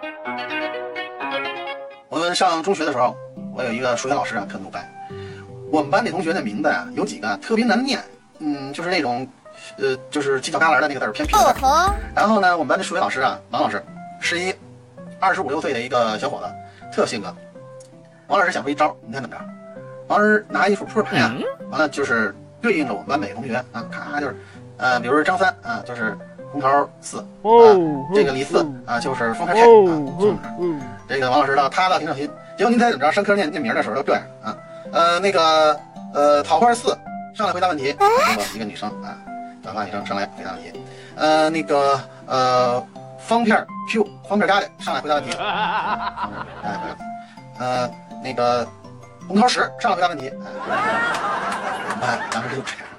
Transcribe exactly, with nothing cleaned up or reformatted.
我们上中学的时候，我有一个数学老师啊，特牛掰。我们班那同学的名字啊，有几个特别难念，嗯，就是那种，呃，就是犄角旮旯的那个字儿偏平的字儿。然后呢，我们班的数学老师啊，王老师，是一二十五六岁的一个小伙子，特有性格。王老师想出一招，你看怎么着？王老师拿一副扑克牌啊，完了就是对应着我们班每个同学啊，咔就是，呃，比如说张三啊，就是红桃四啊，这个李四啊，就是风牌派啊，就是。这个王老师呢，他倒挺省心。结果您猜怎么着？上课念念名的时候都这样啊，呃，那个呃，桃花四上来回答问题，一个一个女生啊，短发女生上来回答问题，呃，那个呃，方片 Q 方片疙瘩上来回答问题，哎，呃，那个红桃十上来回答问题，哎，当时就这样。